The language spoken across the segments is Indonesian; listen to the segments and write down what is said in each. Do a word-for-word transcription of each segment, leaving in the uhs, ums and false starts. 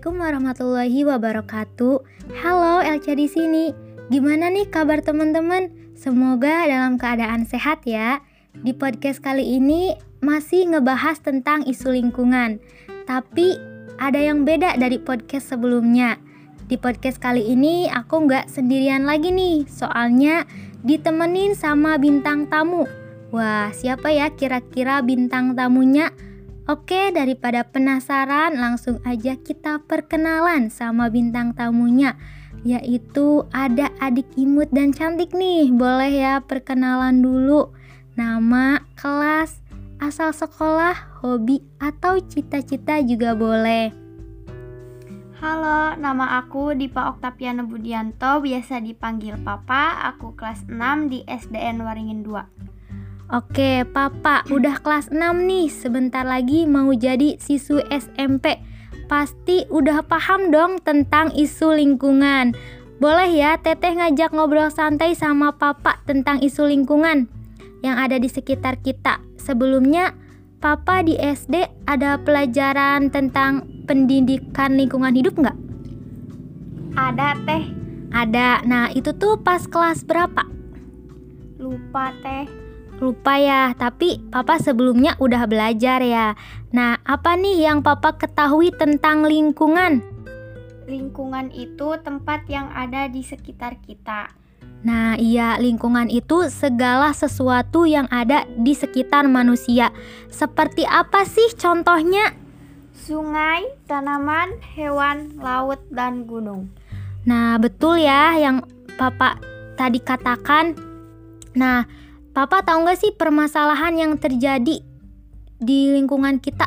Assalamualaikum warahmatullahi wabarakatuh. Halo, Elca di sini. Gimana nih kabar teman-teman? Semoga dalam keadaan sehat ya. Di podcast kali ini masih ngebahas tentang isu lingkungan. Tapi ada yang beda dari podcast sebelumnya. Di podcast kali ini aku nggak sendirian lagi nih. Soalnya ditemenin sama bintang tamu. Wah, siapa ya kira-kira bintang tamunya? Oke, daripada penasaran, langsung aja kita perkenalan sama bintang tamunya, yaitu ada adik imut dan cantik nih. Boleh ya perkenalan dulu, nama, kelas, asal sekolah, hobi, atau cita-cita juga boleh. Halo, nama aku Dipa Oktaviana Budianto, biasa dipanggil Papa. Aku kelas enam di S D N Waringin dua. Oke, Papa udah kelas enam nih, sebentar lagi mau jadi siswi S M P. Pasti udah paham dong tentang isu lingkungan. Boleh ya Teteh ngajak ngobrol santai sama Papa tentang isu lingkungan yang ada di sekitar kita. Sebelumnya, Papa di S D ada pelajaran tentang pendidikan lingkungan hidup nggak? Ada, Teh. Ada, nah itu tuh pas kelas berapa? Lupa, Teh. Lupa ya, tapi Papa sebelumnya udah belajar ya. Nah, apa nih yang Papa ketahui tentang lingkungan? Lingkungan itu tempat yang ada di sekitar kita. Nah, iya, lingkungan itu segala sesuatu yang ada di sekitar manusia. Seperti apa sih contohnya? Sungai, tanaman, hewan, laut, dan gunung. Nah, betul ya yang Papa tadi katakan. Nah, Papa tahu nggak sih permasalahan yang terjadi di lingkungan kita?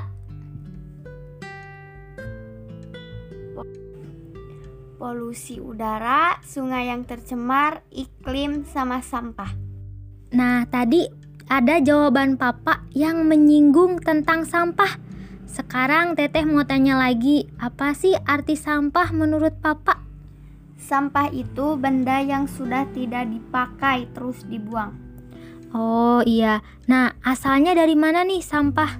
Polusi udara, sungai yang tercemar, iklim, sama sampah. Nah, tadi ada jawaban Papa yang menyinggung tentang sampah. Sekarang Teteh mau tanya lagi, apa sih arti sampah menurut Papa? Sampah itu benda yang sudah tidak dipakai terus dibuang. Oh iya, nah asalnya dari mana nih sampah?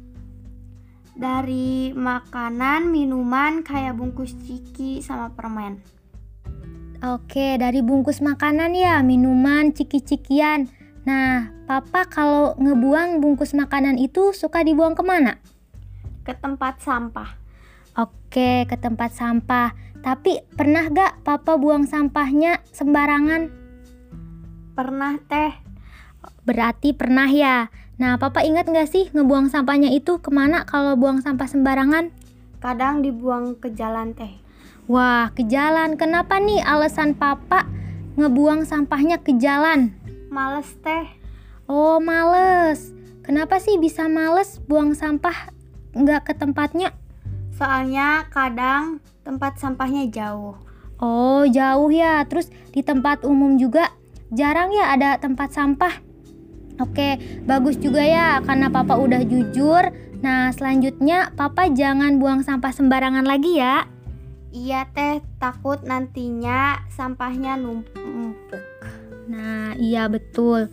Dari makanan, minuman kayak bungkus ciki sama permen. Oke, dari bungkus makanan ya, minuman, ciki-cikian. Nah, Papa kalau ngebuang bungkus makanan itu suka dibuang kemana? Ke tempat sampah. Oke, ke tempat sampah. Tapi pernah gak Papa buang sampahnya sembarangan? Pernah, Teh. Berarti pernah ya. Nah, Papa ingat gak sih ngebuang sampahnya itu kemana kalau buang sampah sembarangan? Kadang dibuang ke jalan, Teh. Wah, ke jalan. Kenapa nih alasan Papa ngebuang sampahnya ke jalan? Males, Teh. Oh, males. Kenapa sih bisa males buang sampah nggak ke tempatnya? Soalnya kadang tempat sampahnya jauh. Oh, jauh ya. Terus di tempat umum juga jarang ya ada tempat sampah. Oke, bagus juga ya karena Papa udah jujur. Nah, selanjutnya Papa jangan buang sampah sembarangan lagi ya. Iya, Teh, takut nantinya sampahnya numpuk. Nah, iya betul.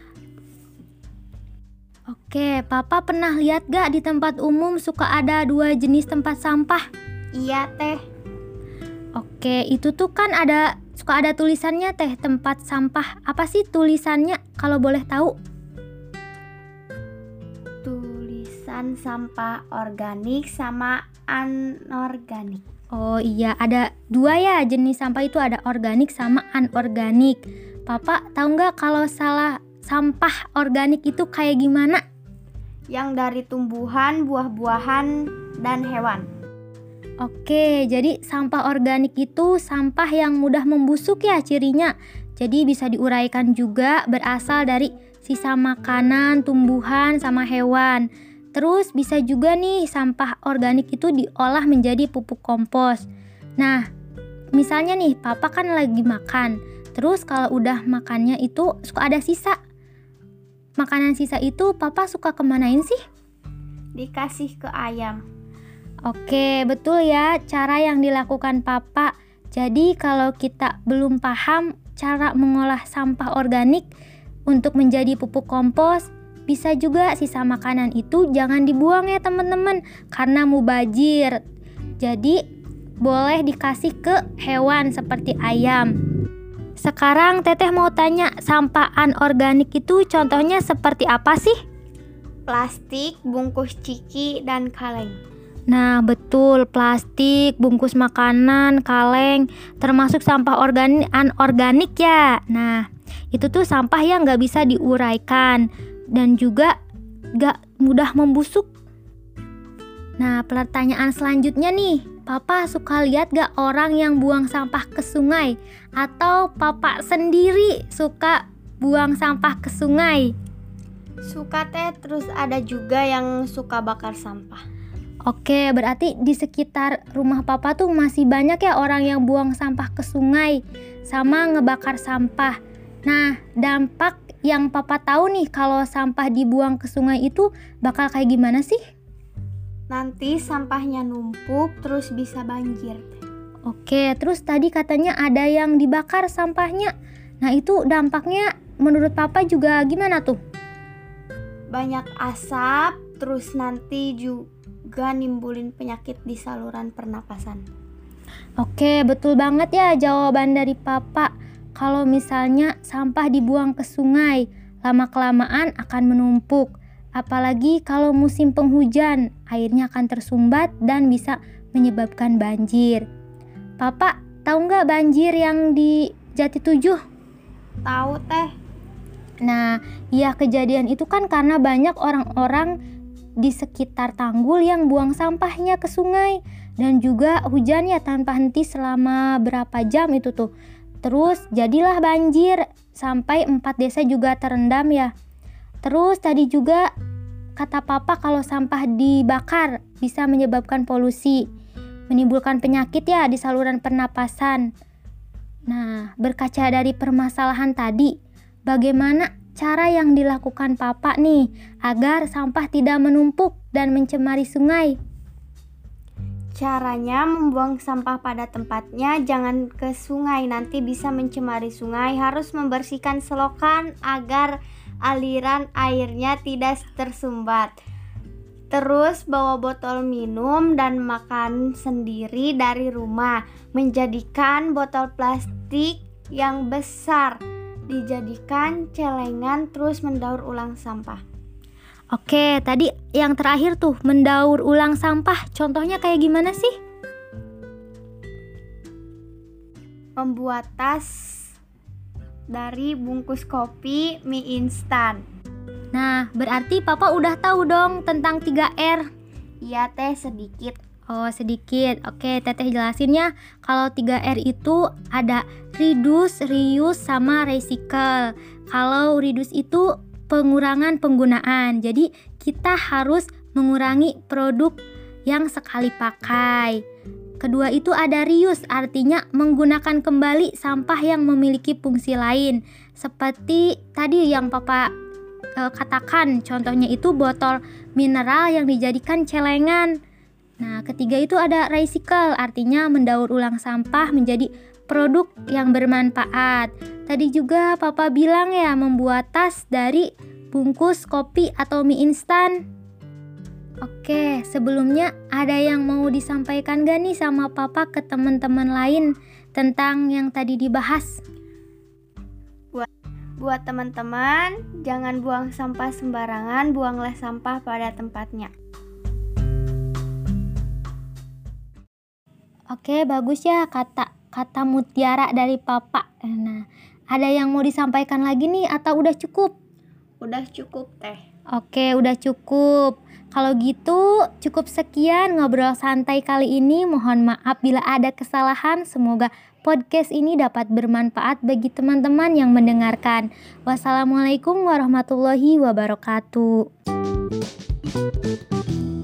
Oke, Papa pernah lihat gak di tempat umum suka ada dua jenis tempat sampah? Iya, Teh. Oke, itu tuh kan ada suka ada tulisannya, Teh, tempat sampah. Apa sih tulisannya kalau boleh tahu? Tulisan sampah organik sama anorganik. Oh iya, ada dua ya jenis sampah itu, ada organik sama anorganik. Papa tahu nggak kalau salah sampah organik itu kayak gimana? Yang dari tumbuhan, buah-buahan, dan hewan. Oke, jadi sampah organik itu sampah yang mudah membusuk ya cirinya. Jadi bisa diuraikan juga, berasal dari sisa makanan, tumbuhan, sama hewan. Terus bisa juga nih sampah organik itu diolah menjadi pupuk kompos. Nah, misalnya nih Papa kan lagi makan. Terus kalau udah makannya itu suka ada sisa. Makanan sisa itu Papa suka kemanain sih? Dikasih ke ayam. Oke, betul ya cara yang dilakukan Papa. Jadi kalau kita belum paham cara mengolah sampah organik untuk menjadi pupuk kompos, bisa juga sisa makanan itu jangan dibuang ya teman-teman, karena mubazir. Jadi boleh dikasih ke hewan seperti ayam. Sekarang Teteh mau tanya, sampah anorganik itu contohnya seperti apa sih? Plastik, bungkus ciki, dan kaleng. Nah betul, plastik, bungkus makanan, kaleng, termasuk sampah organik, anorganik ya. Nah itu tuh sampah yang gak bisa diuraikan dan juga gak mudah membusuk. Nah pertanyaan selanjutnya nih, Papa suka lihat gak orang yang buang sampah ke sungai? Atau Papa sendiri suka buang sampah ke sungai? Suka teh, terus ada juga yang suka bakar sampah. Oke, berarti di sekitar rumah Papa tuh masih banyak ya orang yang buang sampah ke sungai sama ngebakar sampah. Nah, dampak yang Papa tahu nih kalau sampah dibuang ke sungai itu bakal kayak gimana sih? Nanti sampahnya numpuk terus bisa banjir. Oke, terus tadi katanya ada yang dibakar sampahnya. Nah, itu dampaknya menurut Papa juga gimana tuh? Banyak asap, terus nanti juga nimbulin penyakit di saluran pernapasan. Oke, betul banget ya jawaban dari Papa. Kalau misalnya sampah dibuang ke sungai, lama-kelamaan akan menumpuk. Apalagi kalau musim penghujan, airnya akan tersumbat dan bisa menyebabkan banjir. Papa, tahu nggak banjir yang di Jatitujuh? Tahu teh. Nah, ya kejadian itu kan karena banyak orang-orang di sekitar tanggul yang buang sampahnya ke sungai. Dan juga hujan ya tanpa henti selama berapa jam itu tuh. Terus jadilah banjir, sampai empat desa juga terendam ya. Terus tadi juga kata Papa kalau sampah dibakar bisa menyebabkan polusi, menimbulkan penyakit ya di saluran pernapasan. Nah, berkaca dari permasalahan tadi, bagaimana cara yang dilakukan Papa nih agar sampah tidak menumpuk dan mencemari sungai? Caranya membuang sampah pada tempatnya, jangan ke sungai, nanti bisa mencemari sungai. Harus membersihkan selokan agar aliran airnya tidak tersumbat. Terus bawa botol minum dan makan sendiri dari rumah. Menjadikan botol plastik yang besar dijadikan celengan, terus mendaur ulang sampah. Oke, tadi yang terakhir tuh mendaur ulang sampah, contohnya kayak gimana sih? Membuat tas dari bungkus kopi, mie instan. Nah, berarti Papa udah tahu dong tentang tiga R. Iya teh, sedikit. Oh, sedikit. Oke, Teteh jelasin ya. Kalau tiga R itu ada reduce, reuse, sama recycle. Kalau reduce itu pengurangan penggunaan. Jadi kita harus mengurangi produk yang sekali pakai. Kedua itu ada reuse, artinya menggunakan kembali sampah yang memiliki fungsi lain. Seperti tadi yang Papa e, katakan, contohnya itu botol mineral yang dijadikan celengan. Nah, ketiga itu ada recycle, artinya mendaur ulang sampah menjadi produk yang bermanfaat. Tadi juga Papa bilang ya, membuat tas dari bungkus kopi atau mie instan. Oke, sebelumnya ada yang mau disampaikan gak nih sama Papa ke teman-teman lain tentang yang tadi dibahas? Buat, buat teman-teman, jangan buang sampah sembarangan, buanglah sampah pada tempatnya. Oke, bagus ya kata kata mutiara dari Papa. Nah, ada yang mau disampaikan lagi nih atau udah cukup? Udah cukup teh. Oke, udah cukup. Kalau gitu cukup sekian ngobrol santai kali ini. Mohon maaf bila ada kesalahan. Semoga podcast ini dapat bermanfaat bagi teman-teman yang mendengarkan. Wassalamualaikum warahmatullahi wabarakatuh.